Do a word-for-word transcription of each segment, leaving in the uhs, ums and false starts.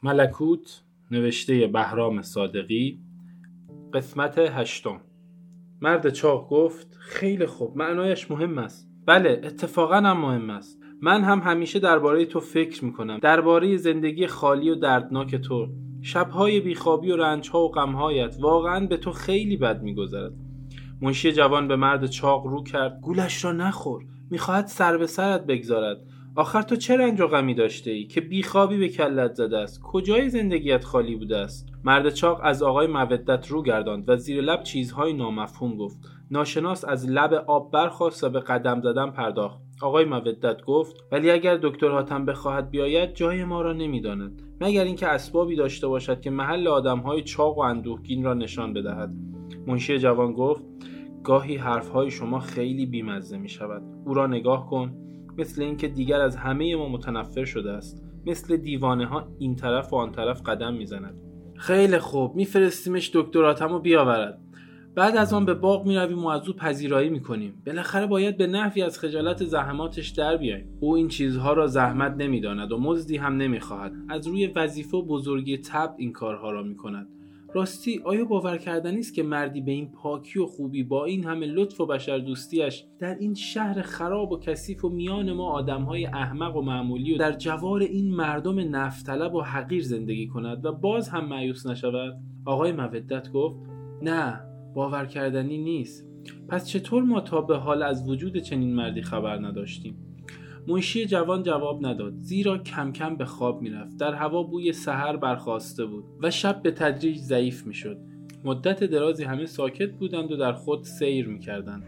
ملکوت، نوشته بهرام صادقی، قسمت هشتم. مرد چاق گفت خیلی خوب، معنایش مهم است. بله، اتفاقا هم مهم است. من هم همیشه درباره تو فکر میکنم، درباره زندگی خالی و دردناک تو. شبهای بیخوابی و رنجها و غمهایت واقعا به تو خیلی بد میگذرد. منشی جوان به مرد چاق رو کرد. گولش را نخور، میخواهد سر به سرت بگذارد. آخر تو چه رنج و غمی داشته ای که بیخوابی به کلت زده است؟ کجای زندگیت خالی بوده است؟ مرد چاق از آقای مودت رو گرداند و زیر لب چیزهای نامفهوم گفت. ناشناس از لب آب برخاست و به قدم زدن پرداخت. آقای مودت گفت ولی اگر دکتر حاتم بخواهد بیاید جای ما را نمیداند، مگر اینکه اسبابی داشته باشد که محل آدمهای چاق و اندوهگین را نشان بدهد. منشی جوان گفت گاهی حرفهای شما خیلی بیمزه می شود. او را نگاه کن، مثل اینکه دیگر از همه ما متنفر شده است. مثل دیوانه ها این طرف و آن طرف قدم می زند. خیلی خوب، میفرستیمش دکتر حاتمو بیاورد. بعد از آن به باغ می رویم و از او پذیرایی می کنیم. بالاخره باید به نحوی از خجالت زحماتش در بیاییم. او این چیزها را زحمت نمی داند و مزدی هم نمی خواهد. از روی وظیفه و بزرگی طبع این کارها را می کند. راستی آیا باور کردنی است که مردی به این پاکی و خوبی با این همه لطف و بشردوستیش در این شهر خراب و کثیف و میان ما آدمهای احمق و معمولی و در جوار این مردم نفت طلب و حقیر زندگی کند و باز هم مایوس نشود؟ آقای مودت گفت نه، باور کردنی نیست. پس چطور ما تا به حال از وجود چنین مردی خبر نداشتیم؟ منشی جوان جواب نداد، زیرا کم کم به خواب می رفت. در هوا بوی سحر برخاسته بود و شب به تدریج ضعیف می شد. مدت درازی همه ساکت بودند و در خود سیر می کردند.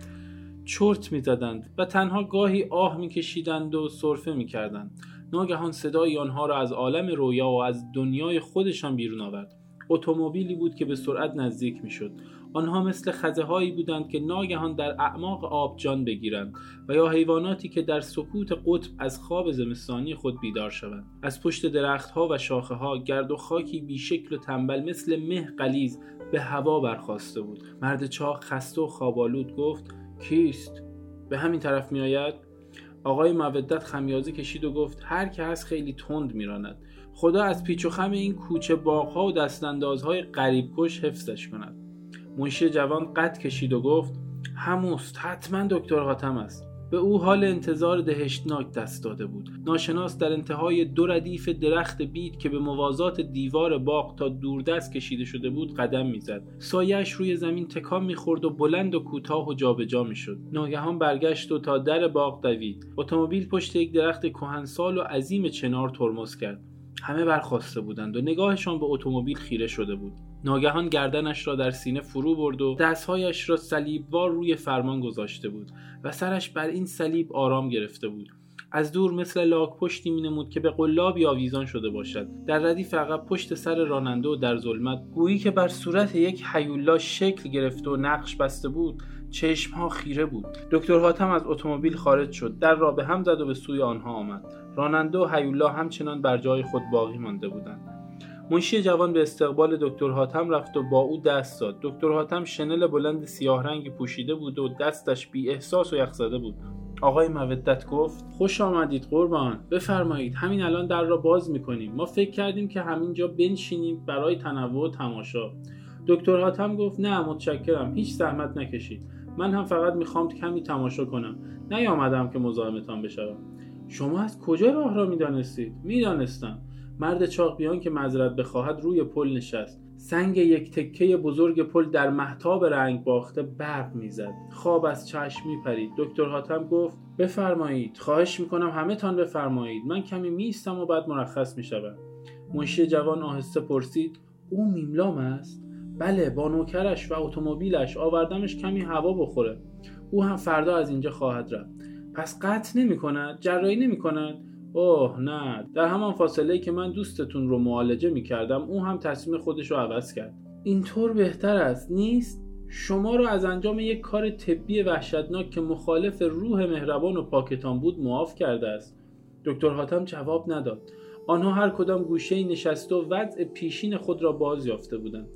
چرت می زدند و تنها گاهی آه می کشیدند و سرفه می کردند. ناگهان صدای آنها را از عالم رویا و از دنیای خودشان بیرون آورد. اتومبیلی بود که به سرعت نزدیک می شد. آنها مثل خزه‌هایی بودند که ناگهان در اعماق آب جان بگیرند و یا حیواناتی که در سکوت قطب از خواب زمستانی خود بیدار شوند. از پشت درختها و شاخه‌ها گرد و خاکی بیشکل و تنبل مثل مه غلیظ به هوا برخاسته بود. مرد چاق خسته و خواب‌آلود گفت کیست؟ به همین طرف می‌آید؟ آقای مودت خمیازه کشید و گفت هر که هست خیلی تند می‌راند. خدا از پیچ و خم این کوچه باغ‌ها و دستاندازهای غریب‌کش حفظش کند. منشی جوان قد کشید و گفت هموست، حتما دکتر حاتم است. به او حال انتظار دهشتناک دست داده بود. ناشناس در انتهای دو ردیف درخت بید که به موازات دیوار باغ تا دوردست کشیده شده بود قدم میزد. سایه‌اش روی زمین تکان میخورد و بلند و کوتاه و جابجا میشد. ناگهان برگشت و تا در باغ دوید. اتومبیل پشت یک درخت کهنسال و عظیم چنار ترمز کرد. همه برخاسته بودند و نگاهشان به اتومبیل خیره شده بود. ناگهان گردنش را در سینه فرو برد و دستهایش را صلیبوار روی فرمان گذاشته بود و سرش بر این صلیب آرام گرفته بود. از دور مثل لاک پشتی می‌نمود که به قلابی آویزان شده باشد. در ردیف عقب پشت سر راننده و در ظلمت گویی که بر صورت یک هیولا شکل گرفته و نقش بسته بود، چشمها خیره بود. دکتر حاتم از اتومبیل خارج شد، در را به هم زد و به سوی آنها آمد. راننده و هیولا همچنان بر جای خود باقی مانده بودند. منشی جوان به استقبال دکتر حاتم رفت و با او دست داد. دکتر حاتم شنل بلند سیاه رنگی پوشیده بود و دستش بی احساس و یخزده بود. آقای مودت گفت خوش آمدید قربان، بفرمایید، همین الان در را باز می‌کنیم. ما فکر کردیم که همینجا بنشینیم برای تنوع و تماشا. دکتر حاتم گفت نه متشکرم، هیچ زحمت نکشید. من هم فقط می‌خوام کمی تماشا کنم. نیامدم که مزاحمتان بشوم. شما از کجا راه را می‌دانستید؟ می‌دانستم. مرد چاق بیان که معذرت بخواهد روی پل نشست. سنگ یک تکه بزرگ پل در مهتاب رنگ باخته برق میزد. خواب از چشم میپرید. دکتر حاتم گفت بفرمایید، خواهش میکنم همه تان بفرمایید، من کمی میستم و بعد مرخص میشوم. منشی جوان آهسته پرسید او میملام است؟ بله، با نوکرش و اتومبیلش آوردمش کمی هوا بخوره. او هم فردا از اینجا خواهد رفت. پس قطع نمیکند؟ جراحی نمیکند؟ اوه نه، در همان فاصله‌ای که من دوستتون رو معالجه می‌کردم او هم تصمیم خودش رو عوض کرد. اینطور بهتر است نیست؟ شما رو از انجام یک کار طبی وحشتناک که مخالف روح مهربان و پاکتان بود معاف کرده است. دکتر حاتم جواب نداد. آنها هر کدام گوشه‌ای نشسته و وضع پیشین خود را باز یافته بودند.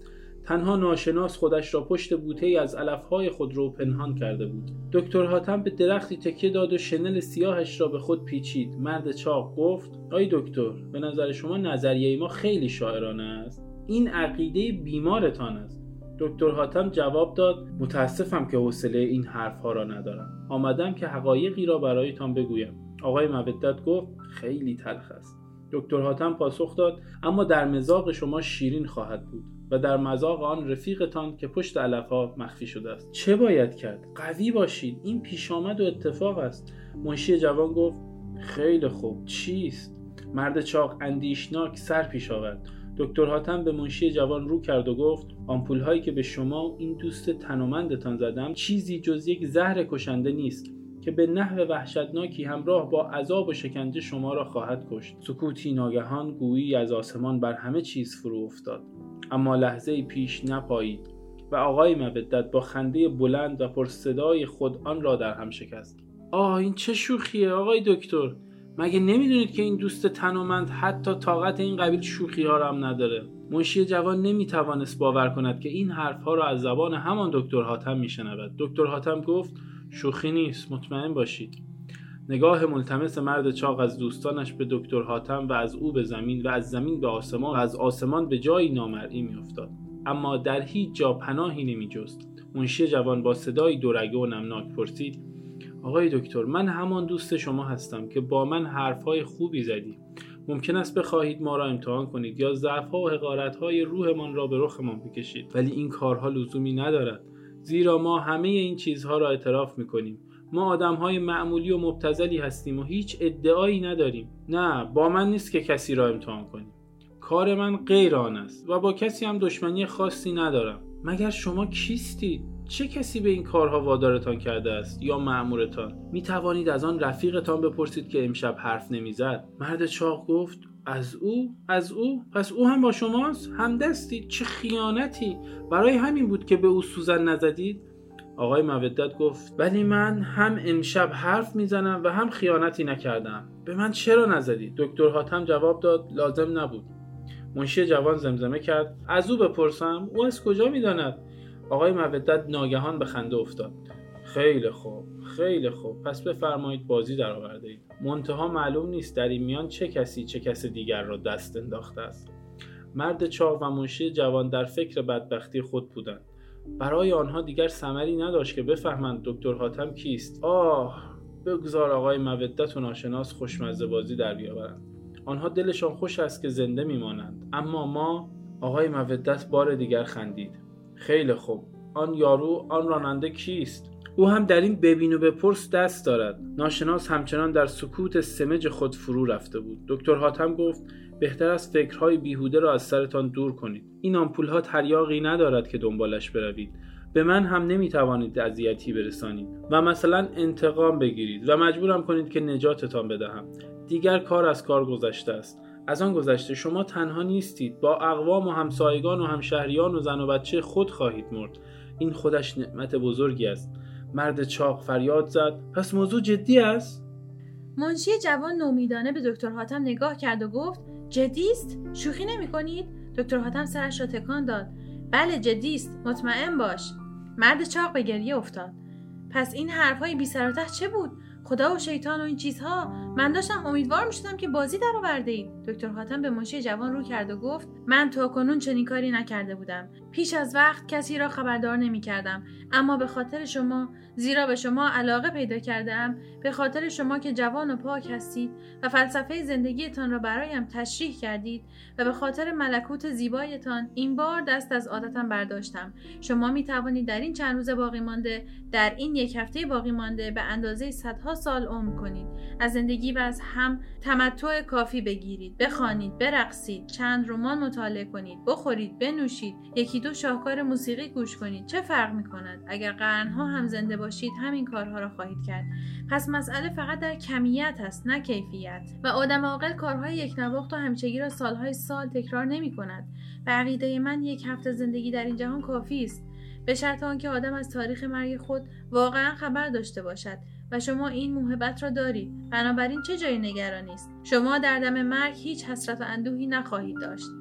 تنها ناشناس خودش را پشت بوته‌ای از علف‌های خودرو پنهان کرده بود. دکتر حاتم به درختی تکیه داد و شنل سیاهش را به خود پیچید. مرد چاق گفت: آی دکتر، به نظر شما نظریه ما خیلی شاعرانه است. این عقیده بیمارتان است. دکتر حاتم جواب داد: متاسفم که حوصله این حرف‌ها را ندارم. آمدم که حقایقی را برایتان بگویم. آقای مودت گفت: خیلی تلخ است. دکتر حاتم پاسخ داد: اما در مذاق شما شیرین خواهد بود و در مذاق آن رفیقتان که پشت علف‌ها مخفی شده است. چه باید کرد؟ قوی باشید. این پیش آمد و اتفاق است. منشی جوان گفت: خیلی خوب، چیست؟ مرد چاق اندیشناک سر پیش آورد. دکتر حاتم به منشی جوان رو کرد و گفت: آمپول هایی که به شما و این دوست تنومندتان زدم چیزی جز یک زهر کشنده نیست که به نحو وحشتناکی همراه با عذاب و شکنجه شما را خواهد کشت. سکوتی ناگهان گویی از آسمان بر همه چیز فرو افتاد، اما لحظه‌ای پیش نپایید و آقای مودت با خنده بلند و پرصدای خود آن را در هم شکست. آه، این چه شوخیه آقای دکتر؟ مگه نمیدونید که این دوست تنومند حتی طاقت این قبیل شوخی ها را هم نداره؟ منشی جوان نمیتوانست باور کند که این حرف ها را از زبان همان دکتر حاتم میشنود. دکتر حاتم گفت: شوخی نیست، مطمئن باشید. نگاه ملتمس مرد چاق از دوستانش به دکتر حاتم و از او به زمین و از زمین به آسمان و از آسمان به جایی نامرئی میافتاد، اما در هیچ جا پناهی نمیجست. منشی جوان با صدایی دورگه و نمناک پرسید: آقای دکتر، من همان دوست شما هستم که با من حرفهای خوبی زدی. ممکن است بخواهید ما را امتحان کنید یا ضعف‌ها و حقارت‌های روحمان را به رخمان بکشید، ولی این کارها لزومی ندارد، زیرا ما همه این چیزها را اعتراف می‌کنیم. ما آدم‌های معمولی و مبتذلی هستیم و هیچ ادعایی نداریم. نه، با من نیست که کسی را امتحان کنیم. کار من غیر آن است و با کسی هم دشمنی خاصی ندارم. مگر شما کیستید؟ چه کسی به این کارها وادارتان کرده است یا مأمورتان؟ می توانید از آن رفیقتان بپرسید که امشب حرف نمیزد. مرد چاق گفت: از او؟ از او؟ پس او هم با شماست؟ همدستید؟ چه خیانتی! برای همین بود که به او سوزن نزدید؟ آقای مودت گفت: ولی من هم امشب حرف میزنم و هم خیانتی نکردم. به من چرا نزدید؟ دکتر حاتم جواب داد: لازم نبود. منشی جوان زمزمه کرد: از او بپرسم؟ او از کجا میداند؟ آقای مودت ناگهان به خنده افتاد. خیلی خوب، خیلی خوب، پس بفرمایید بازی در آورده اید. منتها معلوم نیست در این میان چه کسی چه کس دیگر را دست انداخته است. مرد چاق و منشی جوان در فکر بدبختی خود بودند. برای آنها دیگر ثمری نداشت که بفهمند دکتر حاتم کیست. آه، بگذار آقای مودت و ناشناس خوشمزه بازی در بیاورند. آنها دلشان خوش است که زنده میمانند، اما ما... آقای مودت بار دیگر خندید. خیلی خوب، آن یارو، آن راننده کیست؟ او هم در این ببین و بپرس دست دارد. ناشناس همچنان در سکوت سمج خود فرو رفته بود. دکتر حاتم گفت: بهتر است فکرهای بیهوده را از سرتان دور کنید. این آمپول‌ها تریاقی ندارد که دنبالش بروید. به من هم نمیتوانید اذیتی برسانید و مثلا انتقام بگیرید و مجبورم کنید که نجاتتان بدهم. دیگر کار از کار گذشته است. از آن گذشته شما تنها نیستید، با اقوام و همسایگان و همشهریان و زن و بچه خود خواهید مرد. این خودش نعمت بزرگی است. مرد چاق فریاد زد: پس موضوع جدی است؟ منشی جوان نومیدانه به دکتر حاتم نگاه کرد و گفت: جدی است؟ شوخی نمی کنید؟ دکتر حاتم سرش را تکان داد. بله جدی است، مطمئن باش. مرد چاق به گریه افتاد. پس این حرفهای بی سر و ته چه بود؟ خدا و شیطان و این چیزها. من داشتم امیدوار می‌شدم که بازی در آورده اید. دکتر حاتم به منشی جوان رو کرد و گفت: من تاکنون چنین کاری نکرده بودم. پیش از وقت کسی را خبردار نمی‌کردم، اما به خاطر شما، زیرا به شما علاقه پیدا کردم، به خاطر شما که جوان و پاک هستید و فلسفه زندگیتان را برایم تشریح کردید و به خاطر ملکوت زیبایتان این بار دست از عادتم برداشتم. شما می توانید در این چند روز باقی مانده، در این یک هفته باقی مانده به اندازه صدها سال عمر کنید. از زندگی و از هم تمتع کافی بگیرید، بخوانید، برقصید، چند رمان مطالعه کنید، بخورید، بنوشید، یکی دو شاهکار موسیقی گوش کنید. چه فرق می‌کند؟ اگر قرن‌ها هم زنده باشید همین کارها را خواهید کرد. پس مسئله فقط در کمیت است، نه کیفیت. و آدم عاقل کارهای یکنواخت و همیشگی را سالهای سال تکرار نمی‌کند. به عقیده من یک هفته زندگی در این جهان کافی است، به شرط آنکه آدم از تاریخ مرگ خود واقعا خبر داشته باشد و شما این موهبت را دارید. بنابراین چه جای نگرانی است؟ شما در دم مرگ هیچ حسرت و اندوهی نخواهید داشت.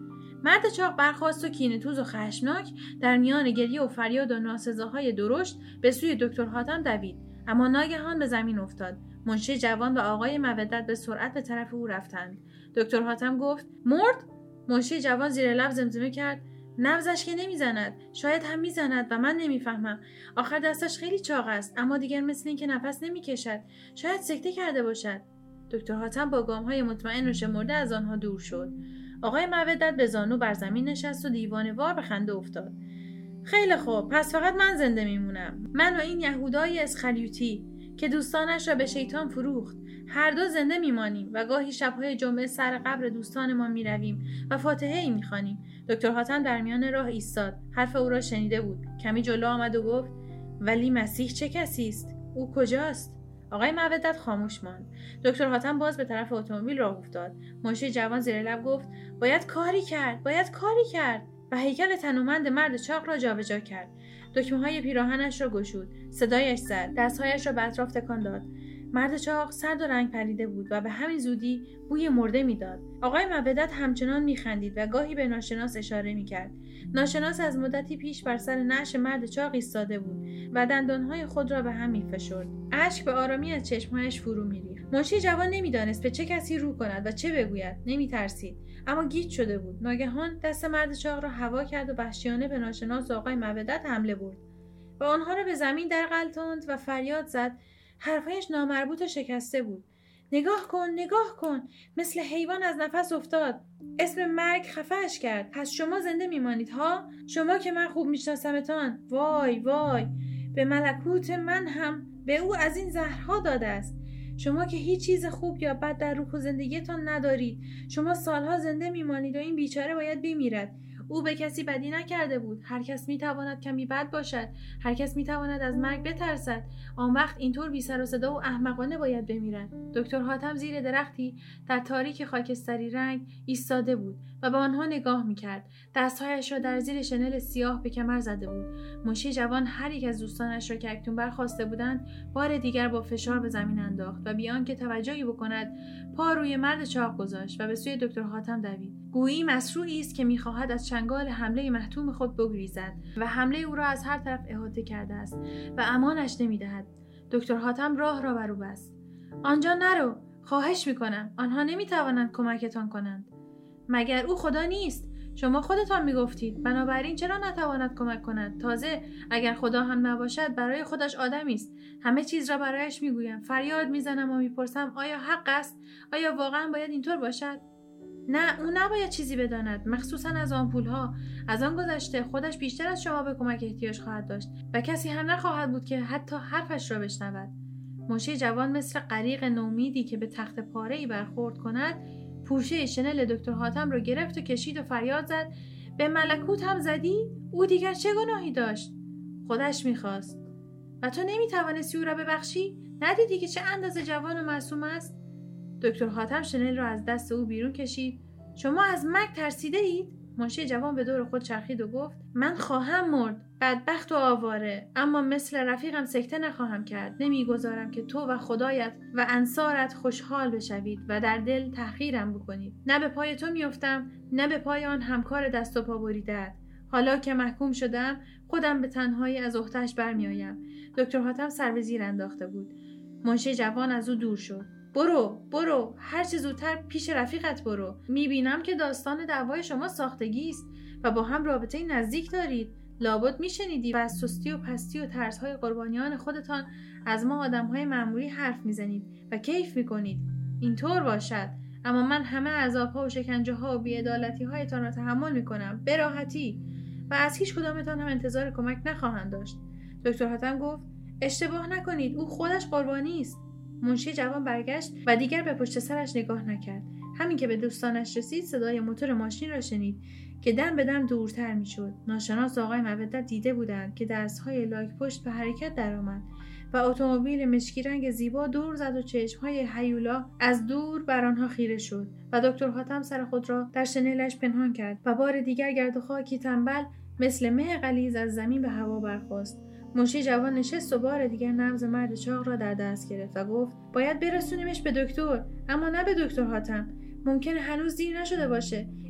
مرد چاق برخاست و کینه‌توز و خشمناک در میان گریه و فریاد و ناسزاهای درشت به سوی دکتر حاتم دوید، اما ناگهان به زمین افتاد. منشی جوان و آقای مودت به سرعت به طرف او رفتند. دکتر حاتم گفت: مرد؟ منشی جوان زیر لب زمزمه کرد: نبضش که نمیزند، شاید هم میزند و من نمیفهمم. آخر دستش خیلی چاق است، اما دیگر مثل این که نفس نمیکشد. شاید سکته کرده باشد. دکتر حاتم با گام‌های مطمئن و شمرده از آنها دور شد. آقای مودت به زانو بر زمین نشست و دیوانه‌وار به خنده افتاد. خیلی خوب، پس فقط من زنده میمونم. من و این یهودای اسخریوتی که دوستانش را به شیطان فروخت، هر دو زنده میمانیم و گاهی شب‌های جمعه سر قبر دوستانمان میرویم و فاتحه‌ای میخوانیم. دکتر حاتم در میان راه ایستاد. حرف او را شنیده بود. کمی جلو آمد و گفت: ولی مسیح چه کسی است؟ او کجاست؟ آقای مودت خاموش ماند. دکتر حاتم باز به طرف اتومبیل راه افتاد. منشی جوان زیر لب گفت: باید کاری کرد، باید کاری کرد. و هیکل تنومند مرد چاق را جابجا کرد. دکمه‌های پیراهنش را گشود. صدایش زد. دستهایش را به اطراف تکان داد. مرد چاق سرد و رنگ پریده بود و به همین زودی بوی مرده میداد. آقای مودت همچنان میخندید و گاهی به ناشناس اشاره میکرد. ناشناس از مدتی پیش بر سر نعش مرد چاق ایستاده بود و دندانهای خود را به هم میفشرد. اشک به آرامی از چشمهایش فرو میریخت. منشی جوان نمیدانست به چه کسی رو کند و چه بگوید. نمیترسید، اما گیج شده بود. ناگهان دست مرد چاق را هوا کرد و وحشیانه به ناشناس آقای مودت حمله برد و آنها را به زمین درغلطاند و فریاد زد. حرفایش نامربوط و شکسته بود. نگاه کن، نگاه کن، مثل حیوان از نفس افتاد. اسم مرگ خفه‌اش کرد. پس شما زنده میمانید ها؟ شما که من خوب میشناسمتان. وای وای، به ملکوت من هم به او از این زهرها داده است. شما که هیچ چیز خوب یا بد در روح و زندگیتان ندارید. شما سالها زنده میمانید و این بیچاره باید بمیرد. او به کسی بدی نکرده بود. هر کس میتواند کمی بد باشد. هر کس میتواند از مرگ بترسد. آن وقت اینطور بی سر و صدا و احمقانه باید بمیرد. دکتر حاتم زیر درختی در تاریک خاکستری رنگ ایستاده بود و به آنها نگاه میکرد. دستهایش را در زیر شنل سیاه به کمر زده بود. منشی جوان هر یک از دوستانش را که اکنون برخاسته بودند بار دیگر با فشار به زمین انداخت و بیان که توجهی بکند پا روی مرد چاق گذاشت و به سوی دکتر حاتم دوید. گویی مصروعی است که میخواهد از چنگال حمله محتوم خود بگریزد و حمله او را از هر طرف احاطه کرده است و امانش نمیدهد. دکتر حاتم راه را بر او بست. آنجا نرو، خواهش میکنم. آنها نمیتوانند کمکتان کنند. مگر او خدا نیست؟ شما خودتان میگفتید. بنابراین چرا نتواند کمک کند؟ تازه اگر خدا هم نباشد برای خودش آدمی است. همه چیز را برایش میگویم. فریاد میزنم و میپرسم آیا حق است؟ آیا واقعا باید اینطور باشد؟ نه، او نباید چیزی بداند، مخصوصا از آمپول‌ها. از آن گذشته خودش بیشتر از شما به کمک احتیاج خواهد داشت و کسی هم نخواهد بود که حتی حرفش را بشنود. منشی جوان مثل غریق نومیدی که به تخت پاره‌ای برخورد کند، پوشه شنل دکتر حاتم را گرفت و کشید و فریاد زد: به ملکوت هم زدی؟ او دیگر چه گناهی داشت؟ خودش می‌خواست. و تو نمی‌توانستی او را ببخشی؟ ندیدی که چه اندازه جوان و معصوم است؟ دکتر حاتم شنل را از دست او بیرون کشید. شما از مرگ ترسیده اید؟ منشی جوان به دور خود چرخید و گفت: من خواهم مرد، بدبخت و آواره، اما مثل رفیقم سکته نخواهم کرد. نمیگذارم که تو و خدایت و انصارت خوشحال بشوید و در دل تحقیرم بکنید. نه به پای تو میافتم، نه به پای آن همکار دست و پا بریده‌ات. حالا که محکوم شدم، خودم به تنهایی از عهده‌اش برمیآیم. دکتر حاتم سر به زیر انداخته بود. منشی جوان از او دور شد. برو برو، هر چه زودتر پیش رفیقت برو. میبینم که داستان دعوای شما ساختگی است و با هم رابطه نزدیک دارید. لابد میشنیدی و از سستی و پستی و ترس‌های قربانیان خودتان از ما آدم‌های معمولی حرف میزنید و کیف میکنید. اینطور باشد، اما من همه عذاب‌ها و شکنجه‌ها و بی‌عدالتی‌هایتان را تحمل میکنم به راحتی و از هیچ کدامتان هم انتظار کمک نخواهم داشت. دکتر حاتم گفت: اشتباه نکنید، او خودش قربانی است. منشی جوان برگشت و دیگر به پشت سرش نگاه نکرد. همین که به دوستانش رسید صدای موتور ماشین را شنید که دم به دم دورتر میشد. ناشناس آقای مودت دیده بودند که دستهای لاک پشت به حرکت درآمد و اتومبیل مشکی رنگ زیبا دور زد و چشمهای هیولا از دور بر آنها خیره شد و دکتر حاتم سر خود را در شنلش پنهان کرد و بار دیگر گرد و خاکی تنبل مثل مه غلیظ از زمین به هوا برخاست. منشی جوان نشست و بار دیگر نبض مرد چاق را در دست گرفت و گفت: باید برسونیمش به دکتر، اما نه به دکتر حاتم. ممکنه هنوز دیر نشده باشه.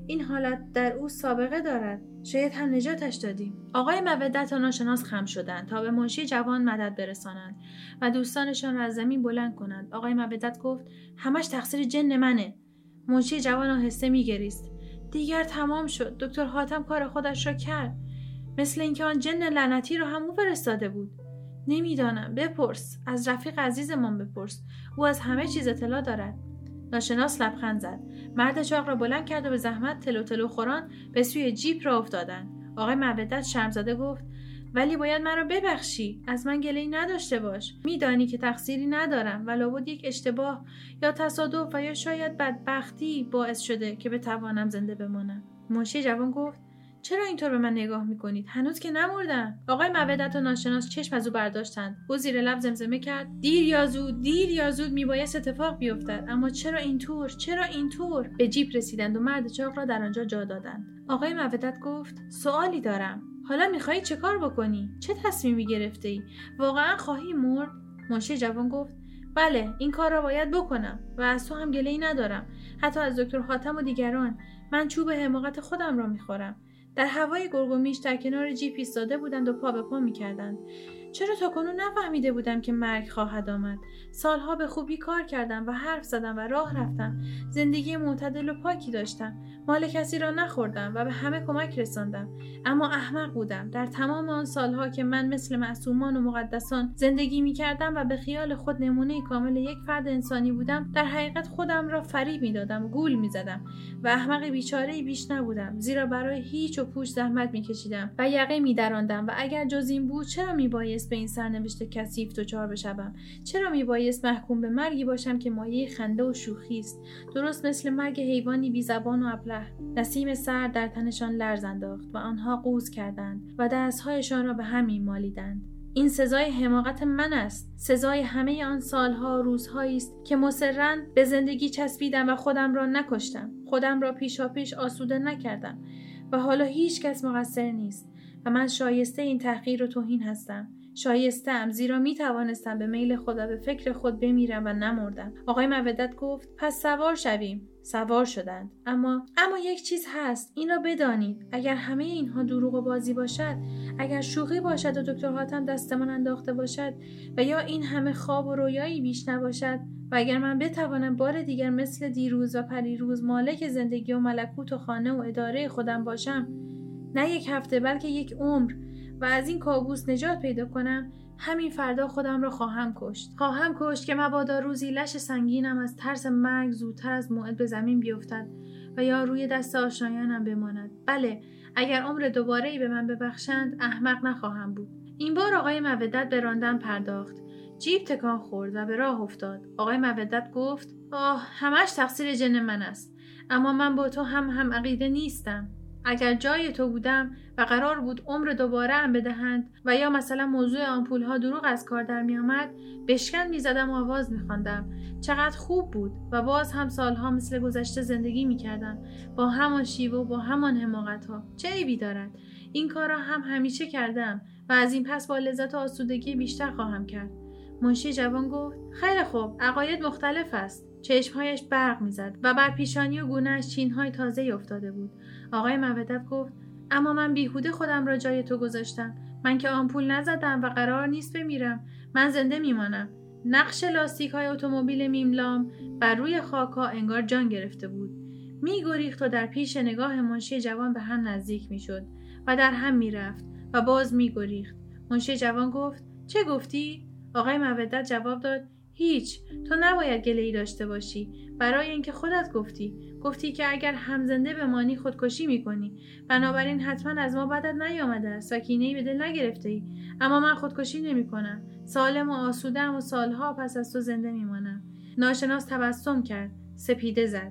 این حالت در او سابقه دارد. شاید هم نجاتش دادیم. آقای مودت و ناشناس خم شدند تا به منشی جوان مدد برسانند و دوستانشان را از زمین بلند کنند. آقای مودت گفت همش تقصیر جن منه. منشی جوان آهسته میگریست. دیگر تمام شد. دکتر حاتم کار خودش را کرد. مثل اینکه آن جن لعنتی را هم او فرستاده بود. نمیدانم، بپرس. از رفیق عزیزمان بپرس. او از همه چیز اطلاع دارد. ناشناس لبخند زد. مرد چاق را بلند کرد و به زحمت تلو تلو خوران به سوی جیپ را افتادند. آقای مودت شرمزده گفت ولی باید من را ببخشی. از من گله‌ای نداشته باش. میدانی که تقصیری ندارم و لابد یک اشتباه یا تصادف و یا شاید بدبختی باعث شده که بتوانم زنده بمانم. منشی جوان گفت چرا اینطور به من نگاه میکنید؟ هنوز که نمردم. آقای مودت و ناشناس چشم از او برداشتند. او زیر لب زمزمه کرد دیر یا زود، دیر یا زود میبایست اتفاق بیفتد. اما چرا اینطور؟ چرا اینطور؟ به جیپ رسیدند و مرد چاق را در آنجا جا دادند. آقای مودت گفت سوالی دارم. حالا میخوایی چه کار بکنی؟ چه تصمیمی گرفته‌ای؟ واقعا خواهی مرد؟ منشی جوان گفت بله، این کار را باید بکنم و از تو هم گله‌ای ندارم. حتی از دکتر حاتم و دیگران. من چوب حماقت خودم را میخورم. در هوای گرگومیش در کنار جیپ ایستاده بودند و پا به پا می‌کردند. چرا تاکنون نفهمیده بودم که مرگ خواهد آمد؟ سالها به خوبی کار کردم و حرف زدم و راه رفتم. زندگی معتدل و پاکی داشتم. مال کسی را نخوردم و به همه کمک رساندم. اما احمق بودم. در تمام آن سالها که من مثل معصومان و مقدسان زندگی می‌کردم و به خیال خود نمونه کامل یک فرد انسانی بودم، در حقیقت خودم را فریب می‌دادم و گول می‌زدم و احمق بیچاره‌ای بیش نبودم، زیرا برای هیچ و پوچ زحمت می‌کشیدم و یقه می‌دراندم و اگر جز این بود چرا می‌بایست به این سرنوشت کثیف دچار بشوم؟ چرا می‌بایست محکوم به مرگی باشم که مایه خنده و شوخی است، درست مثل مرگ حیوانی بی‌زبان و ابله؟ نسیم سرد در تنشان لرز انداخت و آنها قوز کردند و دست‌هایشان را به هم می‌مالیدند. این سزای حماقت من است، سزای همه آن سالها و روزهایی است که مصرراً به زندگی چسبیدم و خودم را نکشتم، خودم را پیشاپیش آسوده نکردم و حالا هیچ کس مقصر نیست و من شایسته این تحقیر و توهین هستم. شایسته‌ام زیرا می توانستم به میل خود و به فکر خود بمیرم و نمردم. آقای مودت گفت پس سوار شویم. سوار شدند. اما اما یک چیز هست، این را بدانید، اگر همه اینها دروغ و بازی باشد، اگر شوخی باشد و دکتر حاتم دستمان انداخته باشد و یا این همه خواب و رویایی بیش نباشد و اگر من بتوانم بار دیگر مثل دیروز و پریروز مالک زندگی و ملکوت و خانه و اداره خودم باشم، نه یک هفته بلکه یک عمر، و از این کابوس نجات پیدا کنم، همین فردا خودم را خواهم کشت. خواهم کشت که مبادا روزی لش سنگینم از ترس مرگ زودتر از موعد به زمین بیفتد و یا روی دست آشنایانم بماند. بله، اگر عمر دوباره‌ای به من ببخشند، احمق نخواهم بود. این بار آقای مودت به راندن پرداخت. جیب تکان خورد و به راه افتاد. آقای مودت گفت آه، همش تقصیر جن من است. اما من با تو هم هم عقیده نیستم. اگر جای تو بودم و قرار بود عمر دوباره ام بدهند و یا مثلا موضوع آمپول ها دروغ از کار در می آمد، بشکن می زدم و آواز می خواندم. چقدر خوب بود و باز هم سالها مثل گذشته زندگی می کردم، با همان شیوه و با همان حماقت ها. چه عیبی دارد؟ این کار را هم همیشه کردم و از این پس با لذت و آسودگی بیشتر خواهم کرد. منشی جوان گفت خیلی خوب، عقاید مختلف است. چشمهایش برق میزد و بر پیشانی و گونه‌اش چین‌های تازه‌ای افتاده بود. آقای مودت گفت اما من بیهوده خودم را جای تو گذاشتم. من که آمپول نزدم و قرار نیست بمیرم. من زنده میمانم. نقش لاستیک‌های اتومبیل میملام بر روی خاک‌ها انگار جان گرفته بود. می‌گریخت و در پیش نگاه منشی جوان به هم نزدیک می‌شد و در هم می‌رفت و باز می‌گریخت. منشی جوان گفت چه گفتی؟ آقای مودت جواب داد هیچ، تو نباید گله‌ای داشته باشی، برای اینکه خودت گفتی گفتی که اگر هم زنده بمانی خودکشی میکنی، بنابراین حتما از ما بدت نیامده است و کینه‌ای به دل نگرفته ای. اما من خودکشی نمی کنم. سالم و آسوده‌ام و سالها پس از تو زنده میمانم. ناشناس تبسم کرد. سپیده زد.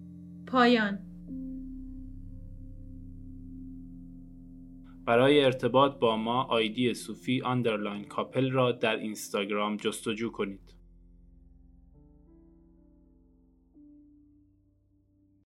پایان. برای ارتباط با ما آیدی صوفی آندرلاین کاپل را در اینستاگرام جستجو کنید.